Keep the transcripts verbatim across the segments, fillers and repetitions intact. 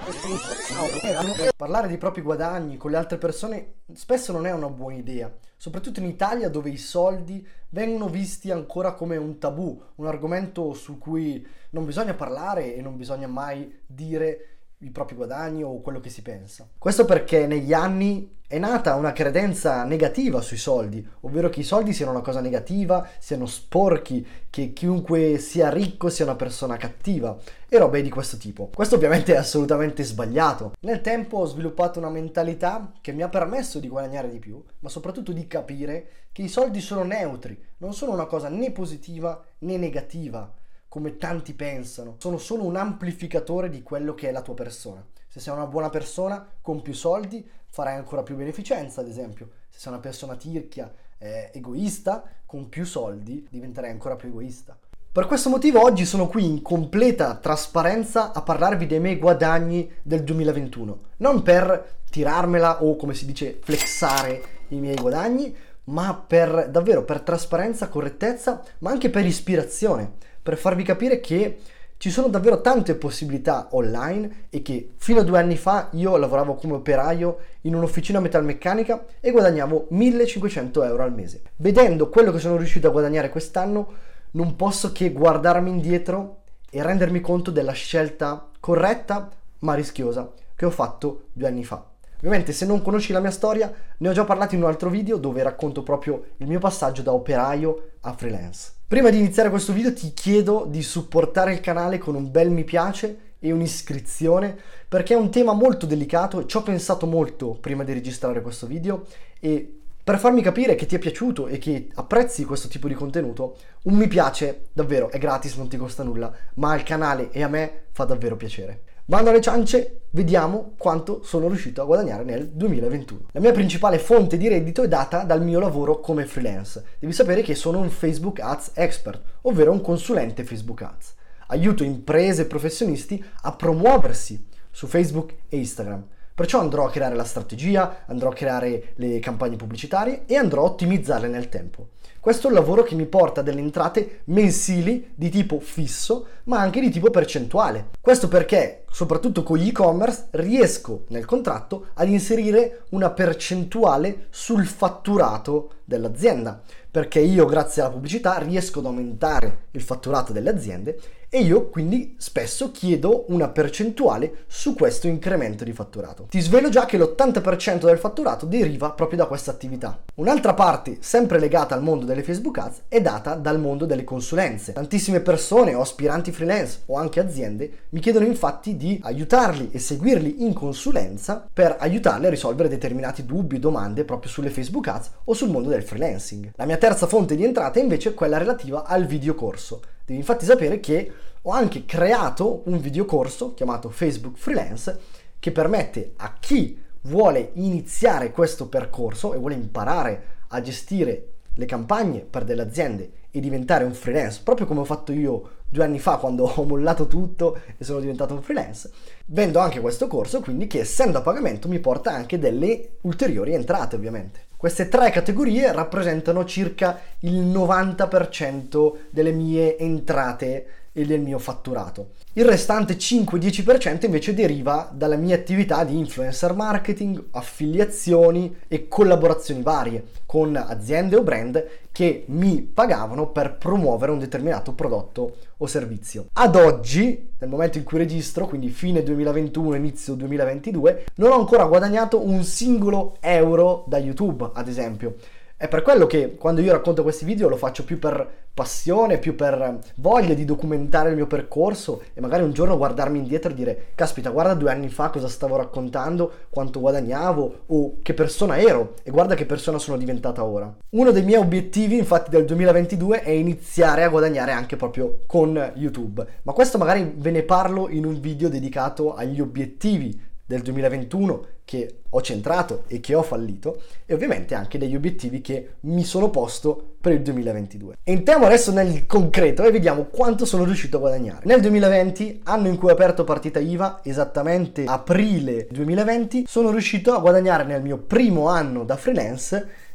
Parlare dei propri guadagni con le altre persone spesso non è una buona idea, soprattutto in Italia dove i soldi vengono visti ancora come un tabù, un argomento su cui non bisogna parlare e non bisogna mai dire i propri guadagni o quello che si pensa. Questo perché negli anni è nata una credenza negativa sui soldi, ovvero che i soldi siano una cosa negativa, siano sporchi, che chiunque sia ricco sia una persona cattiva e robe di questo tipo. Questo ovviamente è assolutamente sbagliato. Nel tempo ho sviluppato una mentalità che mi ha permesso di guadagnare di più, ma soprattutto di capire che i soldi sono neutri, non sono una cosa né positiva né negativa, come tanti pensano. Sono solo un amplificatore di quello che è la tua persona. Se sei una buona persona con più soldi farai ancora più beneficenza, ad esempio. Se sei una persona tirchia, eh, egoista, con più soldi diventerai ancora più egoista. Per questo motivo oggi sono qui in completa trasparenza a parlarvi dei miei guadagni del duemilaventuno. Non per tirarmela o, come si dice, flexare i miei guadagni, ma per davvero per trasparenza, correttezza, ma anche per ispirazione, per farvi capire che ci sono davvero tante possibilità online e che fino a due anni fa io lavoravo come operaio in un'officina metalmeccanica e guadagnavo millecinquecento euro al mese. Vedendo quello che sono riuscito a guadagnare quest'anno, non posso che guardarmi indietro e rendermi conto della scelta corretta ma rischiosa che ho fatto due anni fa. Ovviamente se non conosci la mia storia ne ho già parlato in un altro video dove racconto proprio il mio passaggio da operaio a freelance. Prima di iniziare questo video ti chiedo di supportare il canale con un bel mi piace e un'iscrizione perché è un tema molto delicato e ci ho pensato molto prima di registrare questo video e per farmi capire che ti è piaciuto e che apprezzi questo tipo di contenuto, un mi piace davvero è gratis, non ti costa nulla, ma al canale e a me fa davvero piacere. Bando alle ciance, vediamo quanto sono riuscito a guadagnare nel duemilaventuno. La mia principale fonte di reddito è data dal mio lavoro come freelance. Devi sapere che sono un Facebook Ads expert, ovvero un consulente Facebook Ads. Aiuto imprese e professionisti a promuoversi su Facebook e Instagram. Perciò andrò a creare la strategia, andrò a creare le campagne pubblicitarie e andrò a ottimizzarle nel tempo. Questo è un lavoro che mi porta delle entrate mensili di tipo fisso, ma anche di tipo percentuale. Questo perché, soprattutto con gli e-commerce, riesco nel contratto ad inserire una percentuale sul fatturato dell'azienda. Perché io, grazie alla pubblicità, riesco ad aumentare il fatturato delle aziende e io quindi spesso chiedo una percentuale su questo incremento di fatturato. Ti svelo già che l'ottanta per cento del fatturato deriva proprio da questa attività. Un'altra parte, sempre legata al mondo delle Facebook Ads, è data dal mondo delle consulenze. Tantissime persone o aspiranti freelance o anche aziende mi chiedono infatti di aiutarli e seguirli in consulenza per aiutarli a risolvere determinati dubbi e domande proprio sulle Facebook Ads o sul mondo del freelancing. La mia terza fonte di entrata è invece quella relativa al videocorso. Devi infatti sapere che ho anche creato un videocorso chiamato Facebook Freelance che permette a chi vuole iniziare questo percorso e vuole imparare a gestire le campagne per delle aziende e diventare un freelance, proprio come ho fatto io due anni fa quando ho mollato tutto e sono diventato un freelance. Vendo anche questo corso, quindi, che essendo a pagamento mi porta anche delle ulteriori entrate, ovviamente. Queste tre categorie rappresentano circa il novanta per cento delle mie entrate e del mio fatturato. Il restante cinque dieci per cento invece deriva dalla mia attività di influencer marketing, affiliazioni e collaborazioni varie con aziende o brand che mi pagavano per promuovere un determinato prodotto o servizio. Ad oggi, nel momento in cui registro, quindi fine duemilaventuno, inizio duemilaventidue, non ho ancora guadagnato un singolo euro da YouTube, ad esempio. È per quello che quando io racconto questi video lo faccio più per passione, più per voglia di documentare il mio percorso e magari un giorno guardarmi indietro e dire caspita, guarda due anni fa cosa stavo raccontando, quanto guadagnavo o che persona ero e guarda che persona sono diventata ora. Uno dei miei obiettivi infatti del duemilaventidue è iniziare a guadagnare anche proprio con YouTube, ma questo magari ve ne parlo in un video dedicato agli obiettivi del duemilaventuno che ho centrato e che ho fallito e ovviamente anche degli obiettivi che mi sono posto per il duemilaventidue. Entriamo adesso nel concreto e vediamo quanto sono riuscito a guadagnare. Nel duemilaventi, anno in cui ho aperto partita I V A, esattamente aprile duemilaventi, sono riuscito a guadagnare nel mio primo anno da freelance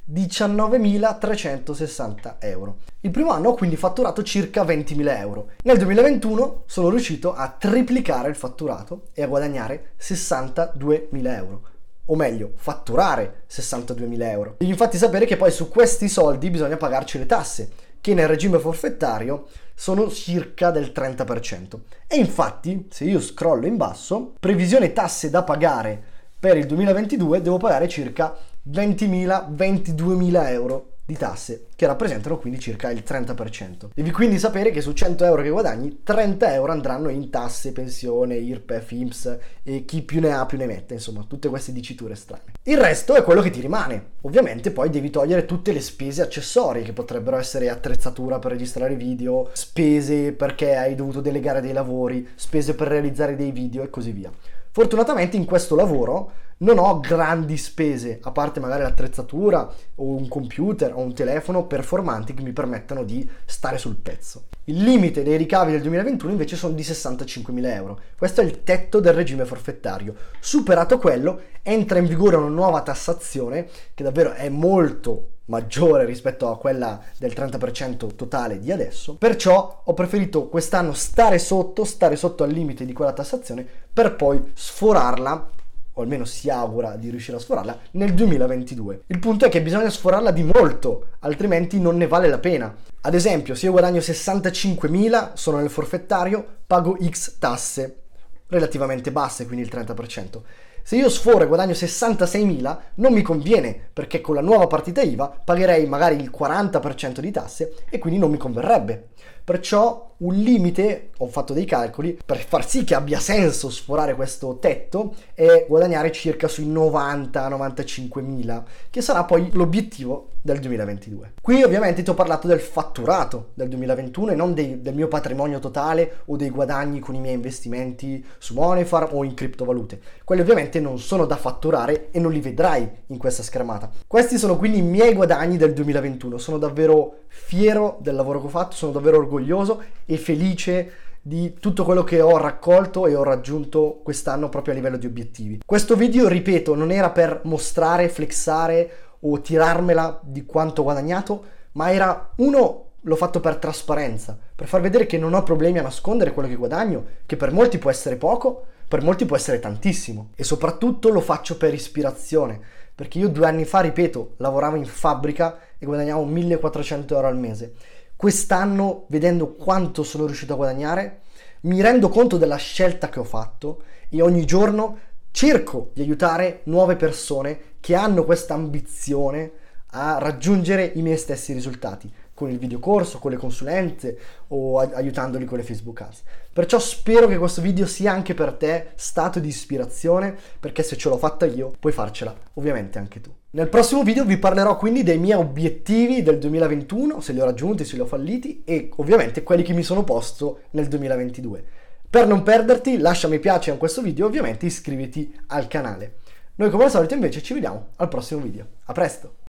diciannovemilatrecentosessanta euro. Il primo anno ho quindi fatturato circa ventimila euro. Nel duemilaventuno sono riuscito a triplicare il fatturato e a guadagnare sessantaduemila euro. O meglio, fatturare sessantaduemila euro. Devi infatti sapere che poi su questi soldi bisogna pagarci le tasse, che nel regime forfettario sono circa del trenta per cento. E infatti, se io scrollo in basso, previsione tasse da pagare per il duemilaventidue, devo pagare circa ventimila ventiduemila euro di tasse, che rappresentano quindi circa il trenta per cento. Devi quindi sapere che su cento euro che guadagni, trenta euro andranno in tasse, pensione, I R P E F, I N P S e chi più ne ha più ne mette, insomma, tutte queste diciture strane. Il resto è quello che ti rimane. Ovviamente poi devi togliere tutte le spese accessorie, che potrebbero essere attrezzatura per registrare video, spese perché hai dovuto delegare dei lavori, spese per realizzare dei video e così via. Fortunatamente in questo lavoro non ho grandi spese, a parte magari l'attrezzatura o un computer o un telefono performanti che mi permettano di stare sul pezzo. Il limite dei ricavi del duemilaventuno invece sono di sessantacinquemila euro. Questo è il tetto del regime forfettario. Superato quello, entra in vigore una nuova tassazione che davvero è molto maggiore rispetto a quella del trenta per cento totale di adesso. Perciò ho preferito quest'anno stare sotto, stare sotto al limite di quella tassazione per poi sforarla, o almeno si augura di riuscire a sforarla, nel duemilaventidue. Il punto è che bisogna sforarla di molto, altrimenti non ne vale la pena. Ad esempio, se io guadagno sessantacinquemila, sono nel forfettario, pago X tasse, relativamente basse, quindi il trenta per cento. Se io sforo e guadagno sessantaseimila, non mi conviene, perché con la nuova partita I V A pagherei magari il quaranta per cento di tasse e quindi non mi converrebbe. Perciò un limite, ho fatto dei calcoli, per far sì che abbia senso sforare questo tetto è guadagnare circa sui novanta novantacinquemila, che sarà poi l'obiettivo del duemilaventidue. Qui ovviamente ti ho parlato del fatturato del duemilaventuno e non dei, del mio patrimonio totale o dei guadagni con i miei investimenti su Moneyfarm o in criptovalute. Quelli ovviamente non sono da fatturare e non li vedrai in questa schermata. Questi sono quindi i miei guadagni del duemilaventuno. Sono davvero fiero del lavoro che ho fatto, sono davvero orgoglioso e felice di tutto quello che ho raccolto e ho raggiunto quest'anno proprio a livello di obiettivi. Questo video, ripeto, non era per mostrare, flexare o tirarmela di quanto ho guadagnato, ma era uno, l'ho fatto per trasparenza, per far vedere che non ho problemi a nascondere quello che guadagno, che per molti può essere poco, per molti può essere tantissimo, e soprattutto lo faccio per ispirazione, perché io due anni fa, ripeto, lavoravo in fabbrica e guadagnavo millequattrocento euro al mese. Quest'anno, vedendo quanto sono riuscito a guadagnare, mi rendo conto della scelta che ho fatto e ogni giorno cerco di aiutare nuove persone che hanno questa ambizione a raggiungere i miei stessi risultati, con il videocorso, con le consulenze o aiutandoli con le Facebook Ads. Perciò spero che questo video sia anche per te stato di ispirazione, perché se ce l'ho fatta io, puoi farcela ovviamente anche tu. Nel prossimo video vi parlerò quindi dei miei obiettivi del duemilaventuno, se li ho raggiunti, se li ho falliti, e ovviamente quelli che mi sono posto nel duemilaventidue. Per non perderti, lascia mi piace a questo video e ovviamente iscriviti al canale. Noi come al solito invece ci vediamo al prossimo video. A presto!